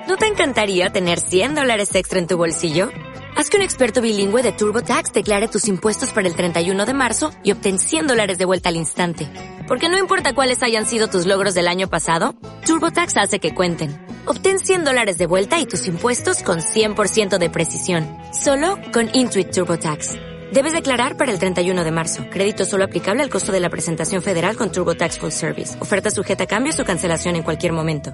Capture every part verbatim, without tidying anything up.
¿No te encantaría tener cien dólares extra en tu bolsillo? Haz que un experto bilingüe de TurboTax declare tus impuestos para el treinta y uno de marzo y obtén cien dólares de vuelta al instante. Porque no importa cuáles hayan sido tus logros del año pasado, TurboTax hace que cuenten. Obtén cien dólares de vuelta y tus impuestos con cien por ciento de precisión. Solo con Intuit TurboTax. Debes declarar para el treinta y uno de marzo. Crédito solo aplicable al costo de la presentación federal con TurboTax Full Service. Oferta sujeta a cambios o cancelación en cualquier momento.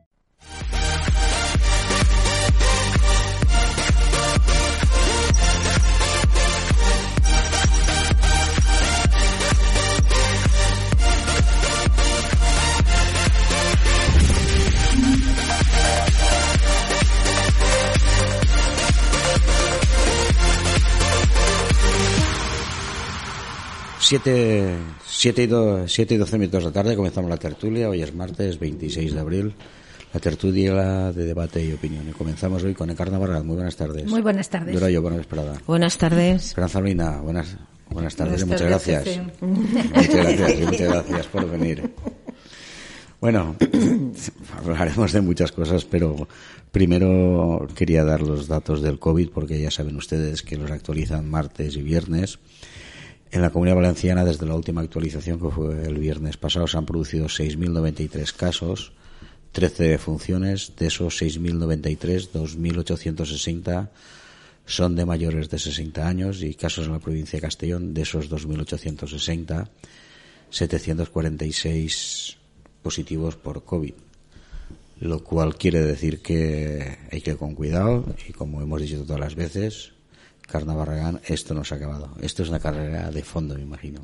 Siete, siete, y do, siete y doce minutos de la tarde comenzamos la tertulia. Hoy es martes veintiséis de abril. La tertulia de debate y opinión. Y comenzamos hoy con Encarna Barral. Muy buenas tardes. Muy buenas tardes. Dora yo, buena vesprada. Buenas tardes. Esperanza Molina, buenas, buenas tardes Buenas y muchas tardes, gracias. jefe. Muchas gracias y muchas gracias por venir. Bueno, hablaremos de muchas cosas, pero primero quería dar los datos del COVID, porque ya saben ustedes que los actualizan martes y viernes. En la Comunidad Valenciana, desde la última actualización, que fue el viernes pasado, se han producido seis mil noventa y tres casos, trece defunciones. De esos seis mil noventa y tres, dos mil ochocientos sesenta son de mayores de sesenta años, y casos en la provincia de Castellón, de esos dos mil ochocientos sesenta, setecientos cuarenta y seis positivos por COVID. Lo cual quiere decir que hay que ir con cuidado, y como hemos dicho todas las veces, Encarna Barragán, esto no se ha acabado. Esto es una carrera de fondo, me imagino.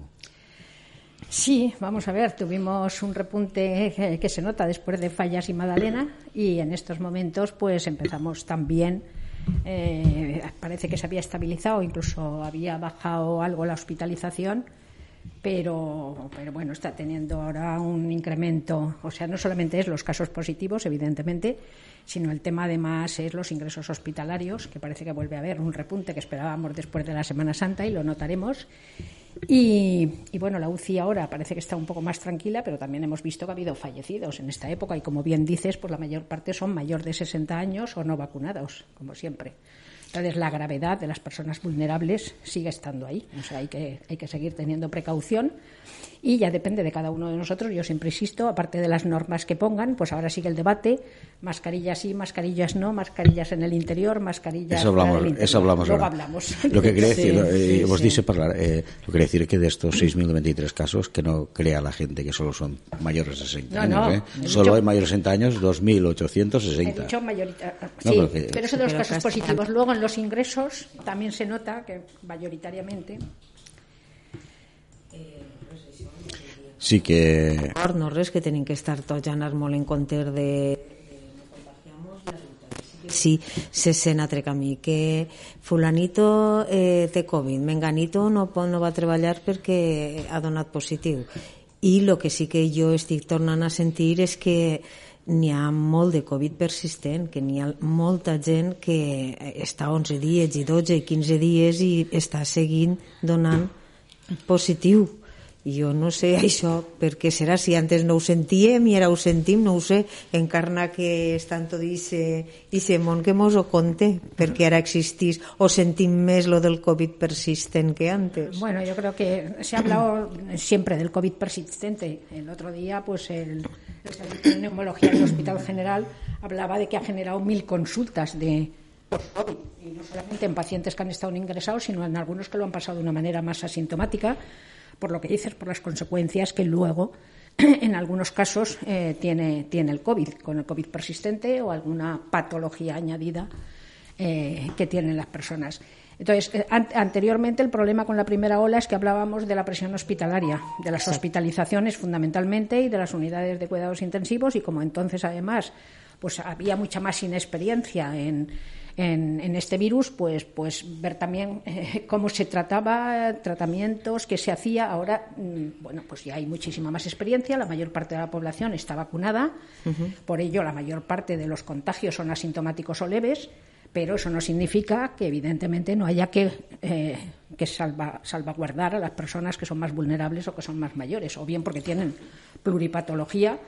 Sí, vamos a ver, tuvimos un repunte que, que se nota después de Fallas y Magdalena, y en estos momentos pues empezamos también, eh, parece que se había estabilizado, incluso había bajado algo la hospitalización, pero, pero bueno, está teniendo ahora un incremento. O sea, no solamente es los casos positivos, evidentemente, sino el tema además es los ingresos hospitalarios, que parece que vuelve a haber un repunte que esperábamos después de la Semana Santa, y lo notaremos. Y, y bueno, la U C I ahora parece que está un poco más tranquila, pero también hemos visto que ha habido fallecidos en esta época, y como bien dices, pues la mayor parte son mayor de sesenta años o no vacunados, como siempre. Entonces, la gravedad de las personas vulnerables sigue estando ahí. O sea, hay que, hay que seguir teniendo precaución, y ya depende de cada uno de nosotros. Yo siempre insisto, aparte de las normas que pongan, pues ahora sigue el debate: mascarillas sí, mascarillas no, mascarillas en el interior, mascarillas eso hablamos, en el interior. Eso hablamos Luego ahora. hablamos. Lo que quiere decir, sí, eh, sí, vos sí. dice parlar, eh, lo que quiere decir que de estos seis mil noventa y tres casos, que no crea la gente que solo son mayores de sesenta No, años. no, ¿eh? he Solo dicho- hay mayores de sesenta años, dos mil ochocientos He sesenta. dicho mayorita- No, sí, pero que- pero eso de los Pero casos casi- positivos. Luego, en los ingresos también se nota que mayoritariamente. Sí que... No res que tenen que estar tots anant molt en compte de sí, se sent altre camí, que fulanito eh, té Covid, menganito no, po- no va treballar perquè ha donat positiu. I el que sí que jo estic tornant a sentir és que n'hi ha molt de Covid persistent, que n'hi ha molta gent que està onze dies i dotze i quinze dies i està seguint donant positiu. I jo no sé això per què serà, si antes no ho sentíem i ara ho sentim, no ho sé. Encarna que està en tot ixe món que mos ho conte, perquè ara existís o sentim més lo del Covid persistent que antes. Bueno, yo creo que se ha hablado siempre del COVID persistente. El otro día, pues el, el Servicio de Neumología del Hospital General hablaba de que ha generado mil consultas de COVID, y no solamente en pacientes que han estado ingresados, sino en algunos que lo han pasado de una manera más asintomática, por lo que dices, por las consecuencias que luego, en algunos casos, eh, tiene, tiene el COVID, con el COVID persistente o alguna patología añadida eh, que tienen las personas. Entonces, eh, an- anteriormente el problema con la primera ola es que hablábamos de la presión hospitalaria, de las hospitalizaciones fundamentalmente y de las unidades de cuidados intensivos, y como entonces además pues había mucha más inexperiencia en, en, en este virus, pues, pues ver también eh, cómo se trataba, tratamientos que se hacía. Ahora, mm, bueno, pues ya hay muchísima más experiencia, la mayor parte de la población está vacunada, uh-huh. Por ello la mayor parte de los contagios son asintomáticos o leves, pero eso no significa que evidentemente no haya que, eh, que salva, salvaguardar a las personas que son más vulnerables o que son más mayores, o bien porque tienen pluripatología,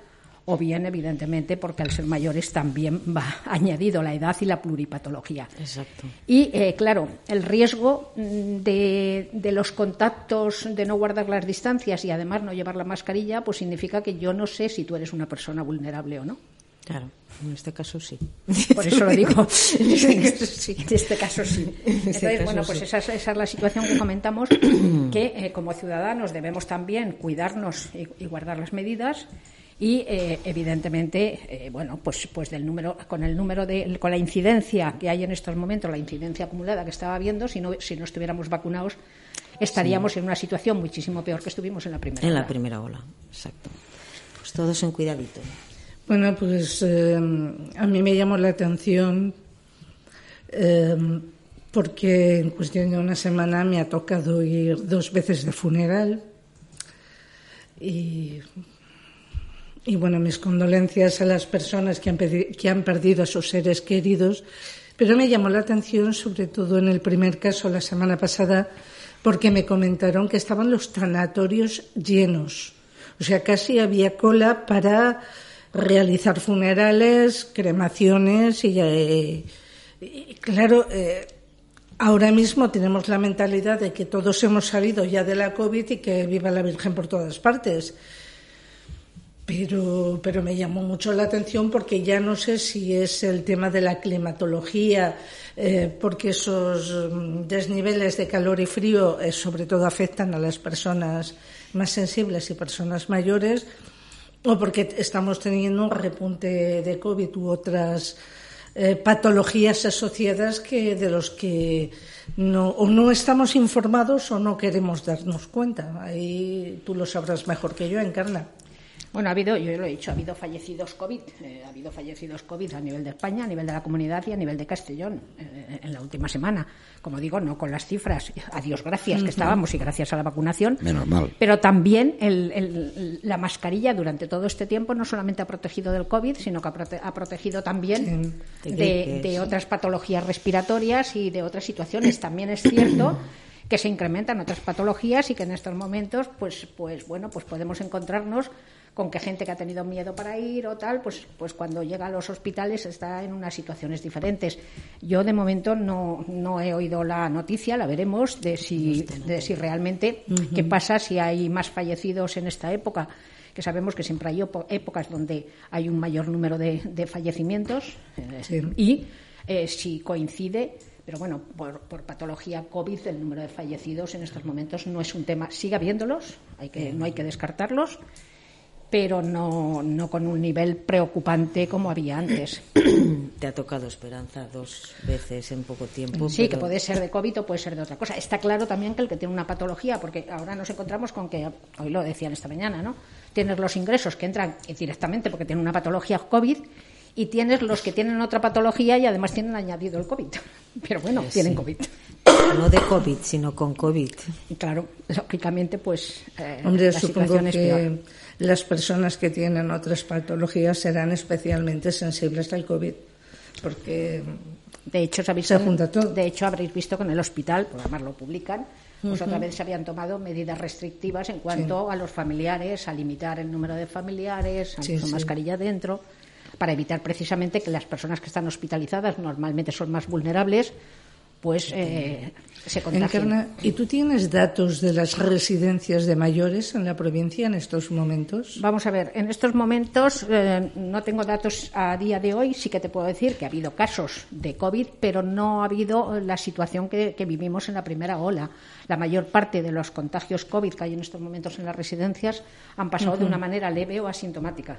o bien, evidentemente, porque al ser mayores también va añadido la edad y la pluripatología. Exacto. Y, eh, claro, el riesgo de, de los contactos, de no guardar las distancias y además no llevar la mascarilla, pues significa que yo no sé si tú eres una persona vulnerable o no. Claro, en este caso sí. Por eso lo digo. En este, sí. En este caso sí. Entonces, caso, bueno, pues sí. esa, es, esa es la situación que comentamos, que eh, como ciudadanos debemos también cuidarnos y, y guardar las medidas. Y eh, evidentemente, eh, bueno, pues pues del número, con el número de, con la incidencia que hay en estos momentos, la incidencia acumulada que estaba viendo, si no si no estuviéramos vacunados, estaríamos sí. en una situación muchísimo peor que estuvimos en la primera en ola. En la primera ola, exacto. Pues todos en cuidadito. Bueno, pues eh, a mí me llamó la atención eh, porque en cuestión de una semana me ha tocado ir dos veces de funeral y Y bueno, mis condolencias a las personas que han, pedi- que han perdido a sus seres queridos, pero me llamó la atención, sobre todo en el primer caso, la semana pasada, porque me comentaron que estaban los tanatorios llenos. O sea, casi había cola para realizar funerales, cremaciones y, eh, y claro, eh, ahora mismo tenemos la mentalidad de que todos hemos salido ya de la COVID y que viva la Virgen por todas partes. Pero, pero me llamó mucho la atención porque ya no sé si es el tema de la climatología, eh, porque esos desniveles de calor y frío eh, sobre todo afectan a las personas más sensibles y personas mayores, o porque estamos teniendo un repunte de COVID u otras eh, patologías asociadas que de los que no, o no estamos informados o no queremos darnos cuenta. Ahí tú lo sabrás mejor que yo, Encarna. Bueno, ha habido, yo lo he dicho, ha habido fallecidos COVID, eh, ha habido fallecidos COVID a nivel de España, a nivel de la comunidad y a nivel de Castellón eh, en la última semana. Como digo, no con las cifras, a Dios gracias que estábamos y gracias a la vacunación. Menos mal. Pero también el, el, la mascarilla durante todo este tiempo no solamente ha protegido del COVID, sino que ha, prote- ha protegido también Sí. de, de otras patologías respiratorias y de otras situaciones. También es cierto que se incrementan otras patologías y que en estos momentos, pues, pues bueno, pues podemos encontrarnos con que gente que ha tenido miedo para ir o tal, pues, pues cuando llega a los hospitales está en unas situaciones diferentes. Yo de momento no, no he oído la noticia, la veremos, de si, de si realmente uh-huh. qué pasa si hay más fallecidos en esta época, que sabemos que siempre hay épocas donde hay un mayor número de, de fallecimientos eh, sí. y eh, si coincide. Pero bueno, por, por patología COVID el número de fallecidos en estos momentos no es un tema. Sigue habiéndolos, hay que, no hay que descartarlos, pero no, no con un nivel preocupante como había antes. Te ha tocado, Esperanza, dos veces en poco tiempo. Sí, pero... que puede ser de COVID o puede ser de otra cosa. Está claro también que el que tiene una patología, porque ahora nos encontramos con que, hoy lo decían esta mañana, ¿no? Tienes los ingresos que entran directamente porque tienen una patología COVID y tienes los que tienen otra patología y además tienen añadido el COVID. Pero bueno, sí, tienen COVID. No de COVID, sino con COVID. Y claro, lógicamente, pues eh, Hombre, la supongo situación es que peor. Las personas que tienen otras patologías serán especialmente sensibles al COVID, porque de hecho, ¿sabéis se junta todo. De hecho, habréis visto que en el hospital, por además lo publican, pues uh-huh. otra vez se habían tomado medidas restrictivas en cuanto sí. a los familiares, a limitar el número de familiares, a sí, su sí. mascarilla dentro, para evitar precisamente que las personas que están hospitalizadas normalmente son más vulnerables, pues eh, se contagien. Encarna, ¿y tú tienes datos de las residencias de mayores en la provincia en estos momentos? Vamos a ver, en estos momentos eh, no tengo datos a día de hoy, sí que te puedo decir que ha habido casos de COVID, pero no ha habido la situación que, que vivimos en la primera ola. La mayor parte de los contagios COVID que hay en estos momentos en las residencias han pasado uh-huh. de una manera leve o asintomática.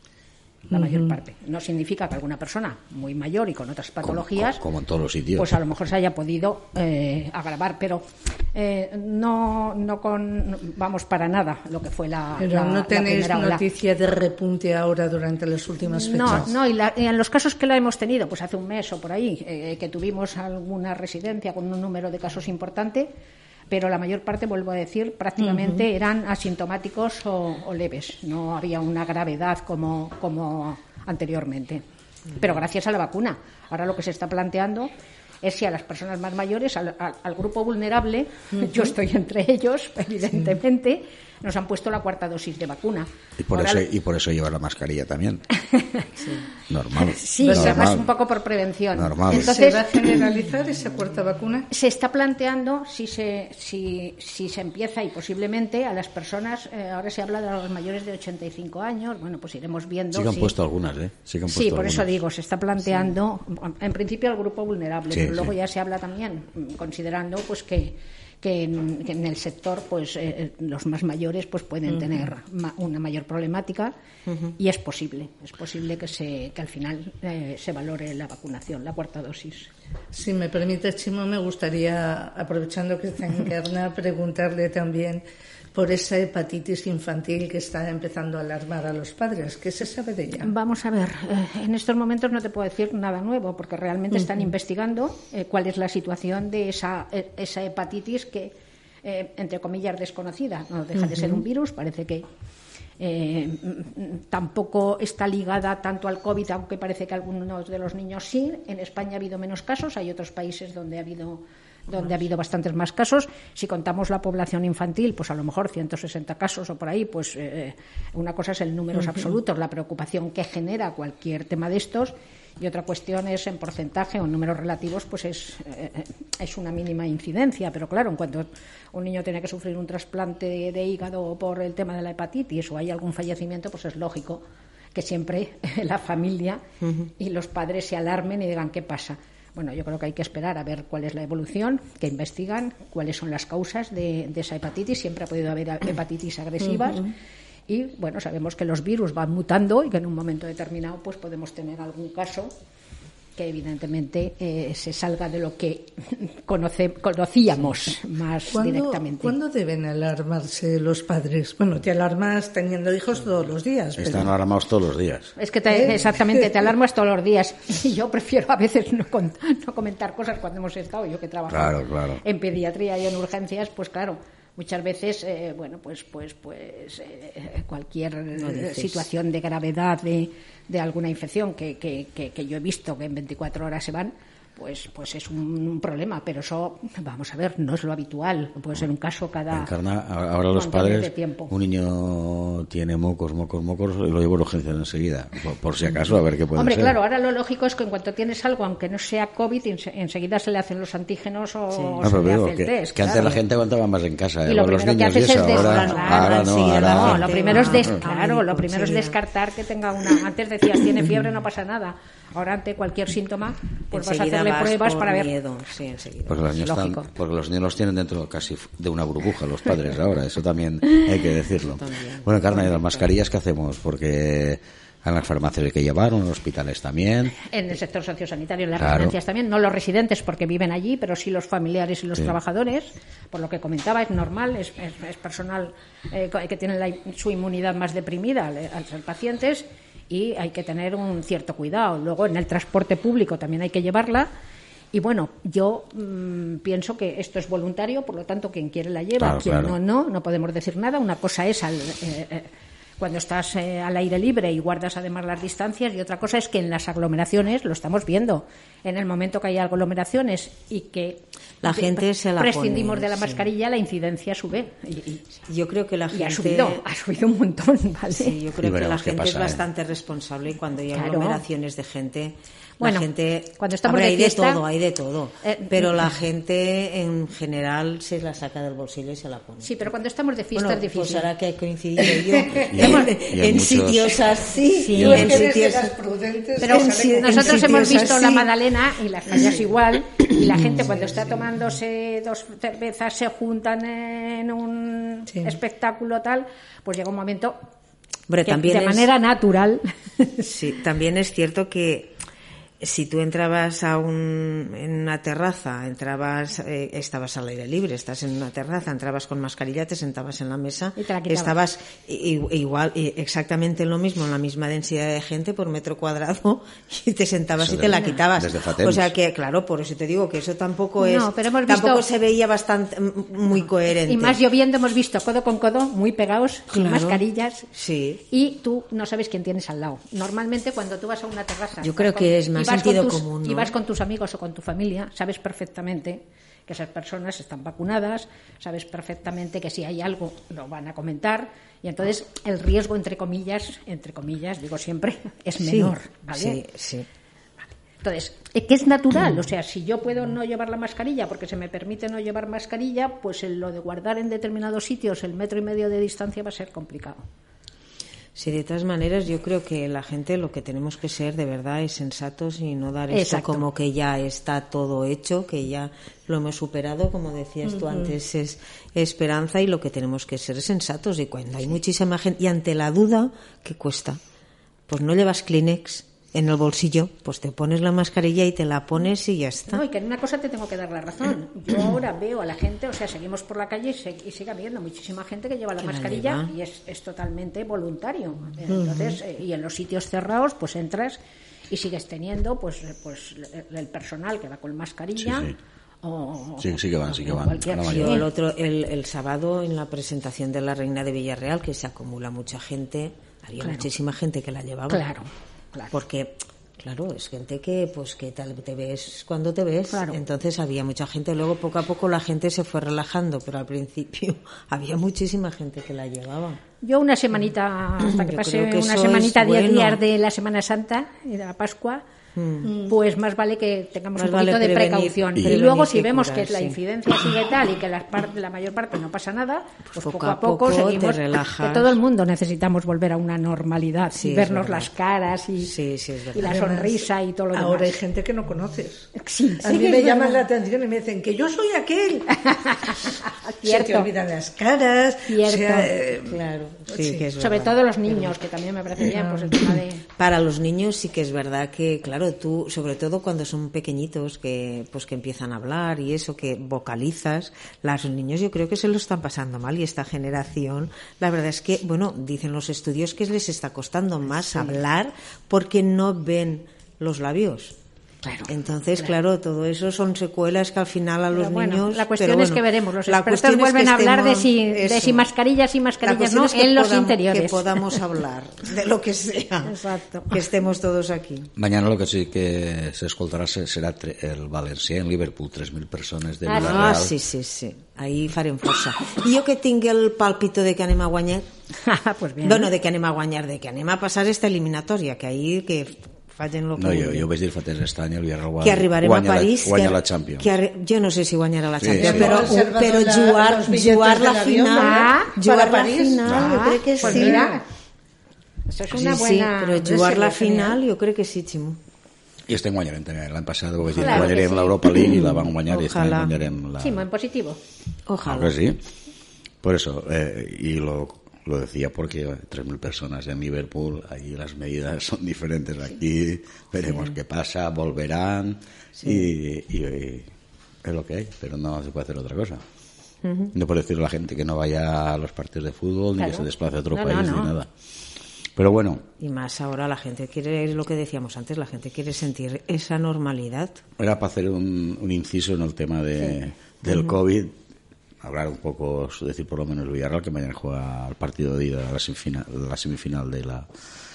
La mayor uh-huh. parte. No significa que alguna persona muy mayor y con otras patologías, como, como en todos los sitios, pues a lo mejor se haya podido eh, agravar, pero eh, no, no con, vamos, para nada lo que fue la. Pero la, no tenéis la noticia de repunte ahora durante las últimas fechas. No, no, y, la, y en los casos que la hemos tenido, pues hace un mes o por ahí, eh, que tuvimos alguna residencia con un número de casos importante. Pero la mayor parte, vuelvo a decir, prácticamente uh-huh. eran asintomáticos o, o leves. No había una gravedad como, como anteriormente. Uh-huh. Pero gracias a la vacuna. Ahora lo que se está planteando es si a las personas más mayores, al, al, al grupo vulnerable, uh-huh. yo estoy entre ellos, evidentemente, sí. nos han puesto la cuarta dosis de vacuna. Y por, Ahora, eso, y por eso lleva la mascarilla también. Sí. Normal. Sí, normal. además un poco por prevención. Normal. Entonces, ¿se va a generalizar esa cuarta vacuna? Se está planteando si se, si, si se empieza, y posiblemente a las personas, eh, ahora se habla de los mayores de ochenta y cinco años, bueno, pues iremos viendo. Sí que han si, puesto algunas, ¿eh? Sí, que han puesto sí por algunas. eso digo, se está planteando, sí. en principio al grupo vulnerable, Sí, pero luego sí. ya se habla también, considerando pues que que en, que en el sector pues eh, los más mayores pues pueden uh-huh. tener ma- una mayor problemática uh-huh. y es posible, es posible que se que al final eh, se valore la vacunación, la cuarta dosis. Si me permite, Chimo, me gustaría, aprovechando que está Encarna, preguntarle también por esa hepatitis infantil que está empezando a alarmar a los padres. ¿Qué se sabe de ella? Vamos a ver, eh, en estos momentos no te puedo decir nada nuevo, porque realmente están uh-huh. investigando eh, cuál es la situación de esa, eh, esa hepatitis que, eh, entre comillas, desconocida. No deja uh-huh. de ser un virus, parece que eh, tampoco está ligada tanto al COVID, aunque parece que algunos de los niños sí. En España ha habido menos casos, hay otros países donde ha habido... donde ha habido bastantes más casos. Si contamos la población infantil, pues a lo mejor ciento sesenta casos o por ahí, pues eh, una cosa es el números uh-huh. absolutos, la preocupación que genera cualquier tema de estos, y otra cuestión es en porcentaje o en números relativos, pues es, eh, es una mínima incidencia, pero claro, en cuanto un niño tiene que sufrir un trasplante de, de hígado por el tema de la hepatitis o hay algún fallecimiento, pues es lógico que siempre la familia uh-huh. y los padres se alarmen y digan ¿qué pasa? Bueno, yo creo que hay que esperar a ver cuál es la evolución, que investigan, cuáles son las causas de, de esa hepatitis. Siempre ha podido haber hepatitis agresivas uh-huh. y, bueno, sabemos que los virus van mutando y que en un momento determinado pues podemos tener algún caso que evidentemente eh, se salga de lo que conoce, conocíamos más ¿Cuándo, directamente. ¿Cuándo deben alarmarse los padres? Bueno, te alarmas teniendo hijos todos los días. Están pero... alarmados todos los días. Es que te, exactamente, te alarmas todos los días. Y yo prefiero a veces no, con, no comentar cosas cuando hemos estado, yo que trabajo claro, claro. en pediatría y en urgencias, pues claro, muchas veces, eh, bueno, pues pues pues eh, cualquier no situación de gravedad de, de alguna infección que, que, que, que yo he visto que en veinticuatro horas se van, pues pues es un, un problema, pero eso, vamos a ver, no es lo habitual, puede ser un caso cada Encarna, ahora los padres, un niño tiene mocos, mocos, mocos, y lo llevo a urgencias enseguida, por, por si acaso, a ver qué puede Hombre, ser. claro, ahora lo lógico es que en cuanto tienes algo, aunque no sea COVID, enseguida se le hacen los antígenos o sí. se no, le pero hace digo, el que, test. Que claro. antes la gente aguantaba más en casa, y eh, lo con los primero niños que haces y eso, es ahora, descartar. ahora no, ahora... No, lo primero es des... Ah, claro, lo primero es descartar que tenga una. Antes decías tiene fiebre, no pasa nada. Ahora ante cualquier síntoma, pues enseguida vas a hacerle pruebas para ver. Miedo. Sí, enseguida. Porque los niños están, porque los niños los tienen dentro casi de una burbuja los padres ahora, eso también hay que decirlo. También. Bueno, Encarna, ¿y las mascarillas qué hacemos? Porque en las farmacias hay que llevar, en los hospitales también. En el sector sociosanitario, en las claro. residencias también, no los residentes porque viven allí, pero sí los familiares y los sí. trabajadores. Por lo que comentaba, es normal, es, es, es personal eh, que tiene la, su inmunidad más deprimida al, al ser pacientes, y hay que tener un cierto cuidado. Luego, en el transporte público también hay que llevarla. Y bueno, yo mmm, pienso que esto es voluntario, por lo tanto, quien quiere la lleva, claro, quien claro. no, no, no podemos decir nada. Una cosa es al, eh, eh, cuando estás eh, al aire libre y guardas además las distancias, y otra cosa es que en las aglomeraciones, lo estamos viendo, en el momento que hay aglomeraciones y que la gente se la prescindimos pone, de la sí. mascarilla, la incidencia sube. Y, y, yo creo que la gente... Y ha subido, ha subido un montón, ¿vale? Sí, yo creo que la gente pasa, es bastante ¿eh? responsable y cuando hay claro. aglomeraciones de gente... Bueno, la gente, cuando estamos hombre, de hay fiesta, de todo, hay de todo, eh, pero la gente en general se la saca del bolsillo y se la pone. Sí, pero cuando estamos de fiesta bueno, es difícil. Pues ahora que he coincidido yo y, en, y en muchos... sitios así, sí, en sitios sitios prudentes, pero en nosotros en hemos visto así. la Magdalena y las fallas igual, y la gente cuando está tomándose dos cervezas se juntan en un sí. espectáculo tal, pues llega un momento Hombre, que también de es, manera natural. Sí, también es cierto que si tú entrabas a un, en una terraza, entrabas, eh, estabas al aire libre, estás en una terraza, entrabas con mascarilla, te sentabas en la mesa, y te la estabas igual, exactamente lo mismo, en la misma densidad de gente por metro cuadrado, y te sentabas eso y te la quitabas. O sea que, claro, por eso te digo que eso tampoco es, no, pero hemos visto, tampoco se veía bastante, muy coherente. Y más lloviendo hemos visto codo con codo, muy pegados, claro. sin mascarillas, sí. y tú no sabes quién tienes al lado. Normalmente cuando tú vas a una terraza, yo creo que es más vas sentido con tus, común, ¿no? y vas con tus amigos o con tu familia, sabes perfectamente que esas personas están vacunadas, sabes perfectamente que si hay algo lo van a comentar y entonces el riesgo, entre comillas, entre comillas, digo siempre, es menor, sí, ¿vale? Sí, sí. Entonces, que es natural, o sea, si yo puedo no llevar la mascarilla porque se me permite no llevar mascarilla, pues en lo de guardar en determinados sitios el metro y medio de distancia va a ser complicado. Sí, de todas maneras, yo creo que la gente lo que tenemos que ser de verdad es sensatos y no dar esto Exacto. como que ya está todo hecho, que ya lo hemos superado, como decías uh-huh. tú antes, es esperanza y lo que tenemos que ser es sensatos. Y cuando hay muchísima gente, y ante la duda, ¿qué cuesta? Pues no llevas Kleenex en el bolsillo, pues te pones la mascarilla y te la pones y ya está. No, y que en una cosa te tengo que dar la razón. Yo ahora veo a la gente, o sea, seguimos por la calle y, se, y sigue habiendo muchísima gente que lleva la que mascarilla la lleva. y es, es totalmente voluntario. Entonces, uh-huh. eh, y en los sitios cerrados, pues entras y sigues teniendo, pues, pues el personal que va con mascarilla. Sí, sí. O, sí, sí que van, sí que van. Yo el otro, el, el sábado en la presentación de la Reina de Villarreal, que se acumula mucha gente, había claro. muchísima gente que la llevaba. Claro. Claro. Porque, claro, es gente que pues que tal te ves cuando te ves. Claro. Entonces había mucha gente. Luego, poco a poco, la gente se fue relajando, pero al principio había muchísima gente que la llevaba. Yo una semanita, hasta que Yo pase que una semanita, diez bueno. días de la Semana Santa, de la Pascua, mm. pues más vale que tengamos más un poquito vale de prevenir, precaución. y, y luego, si que vemos curar, que la sí. incidencia sigue tal y que la, par- la mayor parte no pasa nada, pues, pues poco a poco, poco seguimos. te relajas. Que todo el mundo necesitamos volver a una normalidad, Sí, y es vernos verdad. las caras y, Sí, sí, es verdad. y la Además, sonrisa y todo lo demás. Ahora hay gente que no conoces. Sí, a sí mí que me es llaman la verdad. atención y me dicen que yo soy aquel. Se Cierto. te olvidan las caras. Cierto. O sea, eh, Claro, sí, sí. que es Sobre verdad. todo los niños, que también me parece bien, pues el tema de... Para los niños sí que es verdad que, claro, tú, sobre todo cuando son pequeñitos, que pues que empiezan a hablar y eso, que vocalizas, los niños yo creo que se lo están pasando mal y esta generación, la verdad es que, bueno, dicen los estudios que les está costando más Sí. hablar porque no ven los labios. Claro, Entonces, claro. claro, todo eso son secuelas que al final a Pero los bueno, niños... la cuestión pero es bueno, que veremos. Los la expertos cuestión es vuelven que a hablar de estemos- si, de eso. si mascarillas y La mascarillas cuestión no es que en los podamos- interiores. que podamos hablar de lo que sea. Exacto. Que estemos todos aquí. Mañana lo que sí que se escoltarà serà tre- el Valencià en Liverpool, tres mil persones de Ah, Villarreal. Ah, sí, sí, sí. Ahí farem força. I jo que tinc el pàlpito de que anem a guanyar, Pues bien. bueno, de que anem a guanyar, de que anem a passar esta eliminatòria, que ahir que facin el que No, jo, vulguin. jo vaig dir fa temps aquest any el Villarreal guanya, que arribarem guanya, a París, la, guanya que, la Champions. que arri... jo no sé si guanyarà la Sí, Champions, sí. però, Hemos reservado però la- jugar, los billetes jugar la del avión, final, ¿verdad? jugar Para la París. final, Ah, jo crec que pues sí. mira, eso es una sí, buena... sí, però jugar la seria genial. final jo crec que sí, Ximo. I este any guanyarem també. L'any passat ho vaig dir, Claro que guanyarem sí. l'Europa League i la van guanyar i este any Ojalá. guanyarem la... Sí, en positivo. Ojalá. Claro que sí. Por eso, eh, y lo, lo decía porque tres mil personas en Liverpool, ahí las medidas son diferentes. Aquí veremos qué pasa, volverán y, y- y es lo que hay, pero no se puede hacer otra cosa. No puede decirle a la gente que no vaya a los partidos de fútbol, ni Claro. que se desplace a otro No, país, no, no. ni nada. Pero bueno, Y más ahora la gente quiere, es lo que decíamos antes, la gente quiere sentir esa normalidad. era para hacer un, un inciso en el tema de, del COVID, hablar un poco, decir por lo menos el Villarreal, que mañana juega el partido de ida de la semifinal, la semifinal de la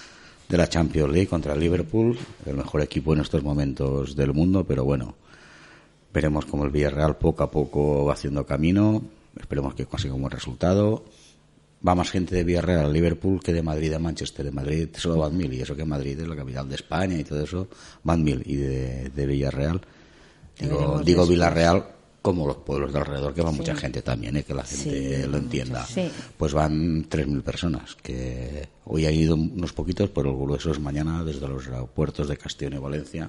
de la Champions League contra el Liverpool, el mejor equipo en estos momentos del mundo, pero bueno, veremos cómo el Villarreal poco a poco va haciendo camino, esperemos que consiga un buen resultado. Va más gente de Villarreal a Liverpool que de Madrid a Manchester. De Madrid solo van mil, y eso que Madrid es la capital de España y todo eso, van mil. Y de, de Villarreal, digo, veremos digo después. Villarreal como los pueblos de alrededor, que va mucha gente también, ¿eh? Que la gente Sí, lo entienda. Sí. Pues van tres mil personas, que hoy han ido unos poquitos, pero el grueso es mañana desde los aeropuertos de Castellón y Valencia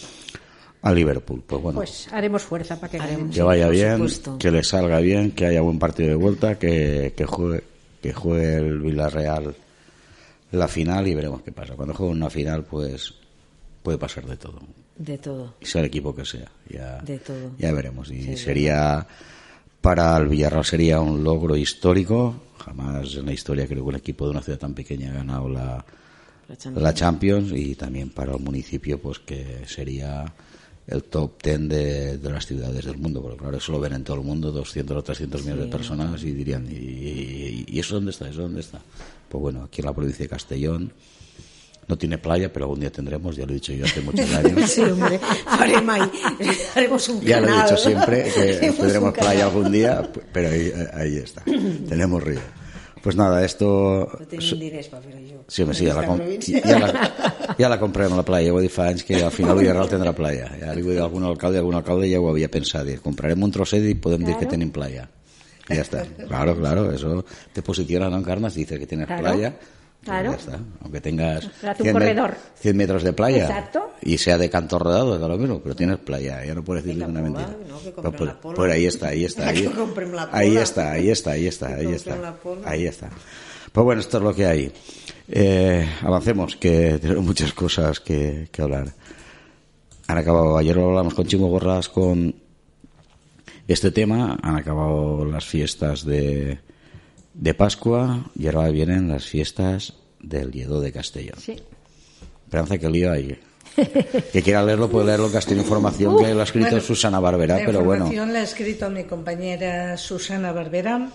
a Liverpool. Pues bueno, Pues haremos fuerza para que Haremos. ganen. que vaya por bien, supuesto. que le salga bien, que haya buen partido de vuelta, que, que juegue que juegue el Villarreal la final y veremos qué pasa. Cuando juegue una final, pues puede pasar de todo, De todo. y sea el equipo que sea, ya, De todo. ya veremos. Y Sí, sería, para el Villarreal sería un logro histórico. Jamás en la historia creo que un equipo de una ciudad tan pequeña ha ganado la, La Champions. la Champions, y también para el municipio, pues que sería el top ten de, de las ciudades del mundo, porque claro, eso lo ven en todo el mundo, doscientos o trescientos millones de personas, y dirían, ¿y, y, y eso dónde está? ¿Eso dónde está? Pues bueno, aquí en la provincia de Castellón, No tiene playa, pero algún día tendremos, ya lo he dicho yo hace muchos años. Sí, hombre, haremos, ahí, haremos un ya canal. Ya lo he dicho siempre, que tendremos playa algún día, pero ahí, ahí está, tenemos río. Pues nada, esto... No tenim diners per fer això. Sí, home, sí, ja la, com... ja, la, ja la comprem a la playa. Ho he dit fa anys que al final Villarreal tindrà playa. Ja li vull dir a algun alcalde, algun alcalde ja ho havia pensat. Dir, comprarem un trosset i podem claro. dir que tenim playa. Y ya está. Claro, claro, eso te posiciona, ¿no, Encarnas? Dices que tienes claro. playa. Claro. Ya está. Aunque tengas cien, corredor. cien metros de playa. Exacto. Y sea de canto rodado, da lo mismo, pero tienes playa. Ya no puedes decir ninguna mentira. No, pues, pues, pues ahí está, ahí está. Ahí, ahí está, ahí está, ahí está, ahí está. Ahí está. Pues bueno, esto es lo que hay. Eh, avancemos, que tenemos muchas cosas que, que hablar. Han acabado, ayer lo hablamos con Chimo Borrás con este tema, han acabado las fiestas de, de Pascua y ahora vienen las fiestas del Lledó de Castellón. Sí. Esperanza, que lío hay. Que quiera leerlo puede leerlo, que has tenido información uh, que lo ha escrito bueno, Susana Barbera, pero bueno. La información la ha escrito mi compañera Susana Barbera.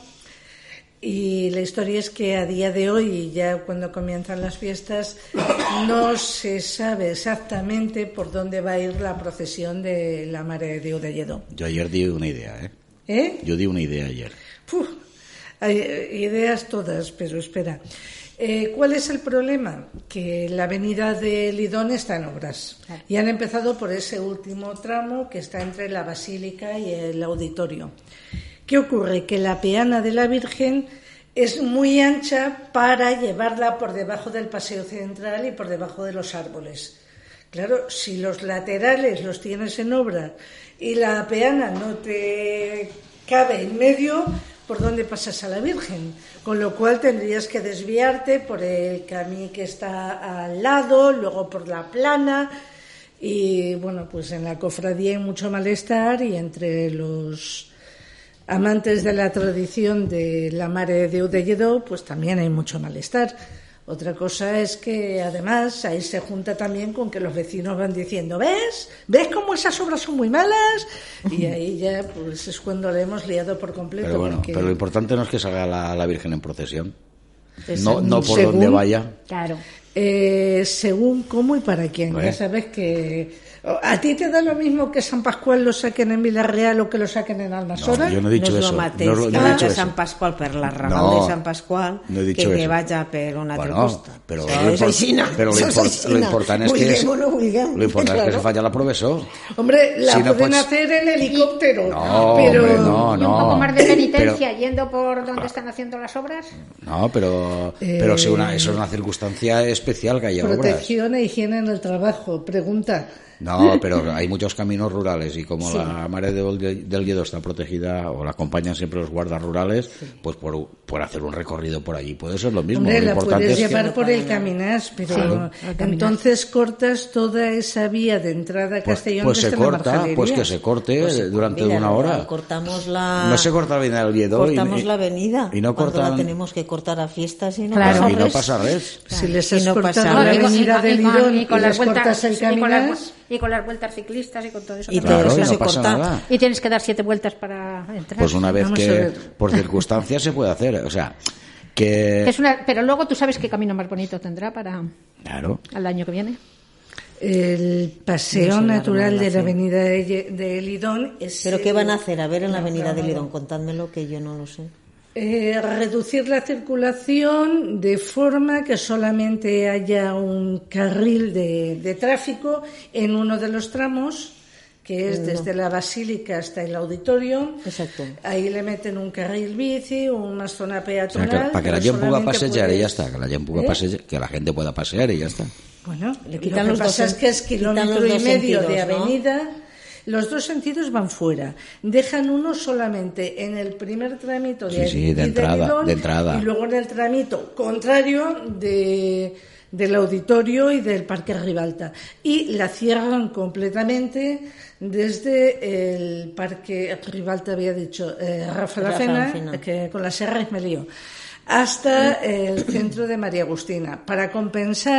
Y la historia es que a día de hoy, ya cuando comienzan las fiestas, no se sabe exactamente por dónde va a ir la procesión de la Mare de Déu de Lledó. Yo ayer di una idea, ¿eh? ¿Eh? Yo di una idea ayer. Uf, hay ideas todas, pero espera. Eh, ¿Cuál es el problema? Que la avenida de Lidón está en obras. Y han empezado por ese último tramo que está entre la Basílica y el Auditorio. ¿Qué ocurre? Que la peana de la Virgen es muy ancha para llevarla por debajo del paseo central y por debajo de los árboles. Claro, si los laterales los tienes en obra y la peana no te cabe en medio, ¿por dónde pasas a la Virgen? Con lo cual tendrías que desviarte por el camino que está al lado, luego por la plana. Y bueno, pues en la cofradía hay mucho malestar y entre los amantes de la tradición de la Mare de Déu de Lledó, pues también hay mucho malestar. Otra cosa es que además ahí se junta también con que los vecinos van diciendo, ¿ves? ¿Ves cómo esas obras son muy malas? Y ahí ya pues es cuando le hemos liado por completo. Pero bueno, porque... pero lo importante no es que salga la, la Virgen en procesión. Es no, no por según, donde vaya. Claro. Eh, según cómo y para quién. Pues. Ya sabes que a ti te da lo mismo que San Pascual lo saquen en Villarreal o que lo saquen en Almassora. No, yo no he dicho no és eso. el mateix no, no, que no he dicho de eso. Sant Pasqual per la ramal no, de Sant Pasqual no he que, que eso. vaya per un altre bueno, costat. Pero, Això lo, és import, aixina. pero lo, import, lo important es que es, no lo importante claro. es que se falla la profesor. Hombre, la si no pueden pots... hacer en helicóptero. No, pero... hombre, no, no. Y un poco más de penitencia pero... yendo por donde están haciendo las obras. No, pero, eh... pero si una, eso es una circunstancia especial que haya Protección obras. e higiene en el trabajo. Pregunta. No, pero hay muchos caminos rurales y como sí. la Mare del Lledó está protegida o la acompañan siempre los guardas rurales, sí. pues por, por hacer un recorrido por allí puede ser lo mismo. Hombre, lo la importante puedes es llevar que... por el Caminás, pero sí, entonces cortas toda esa vía de entrada a Castellón. Pues, pues desde se corta, pues que se corte pues se, durante mira, una hora. Cortamos la... No se corta la avenida del Lledó. Cortamos y, la avenida. Y no cortan... la tenemos que cortar a fiestas y no claro. pasa y res. no pasa res. Claro. Si les has no cortado pasa la avenida del Lidón y, y, con y las les cortas el Caminás... Y con las vueltas ciclistas y con todo eso. Y claro, todo eso y no se pasa corta. Nada. Y tienes que dar siete vueltas para entrar. Pues una vez Vamos que por circunstancias se puede hacer, o sea, que... que es una, pero luego tú sabes qué camino más bonito tendrá para claro. el año que viene. El paseo no natural de la avenida de, de Lidón es... ¿Pero qué van a hacer? A ver en la avenida de Lidón, contádmelo que yo no lo sé. Eh, reducir la circulación de forma que solamente haya un carril de, de tráfico en uno de los tramos, que es desde no. la Basílica hasta el Auditorio. Exacto. Ahí le meten un carril bici, una zona peatonal. O sea, que, para que la gente pueda pasear puedes... y ya está, que la gente pueda ¿Eh? pasear, que la gente pueda pasear y ya está. Bueno, le quitan lo los que pasa dos, es que es kilómetro y medio sentidos, de avenida. ¿no? Los dos sentidos van fuera. Dejan uno solamente en el primer tramito de, sí, sí, de, entrada, de, Lidón, de entrada. Y luego en el tramito contrario de, del Auditorio y del Parque Ribalta. Y la cierran completamente desde el Parque Ribalta, había dicho, eh, Rafa la Fena, que con la Serra es me lío, hasta el centro de María Agustina, para compensar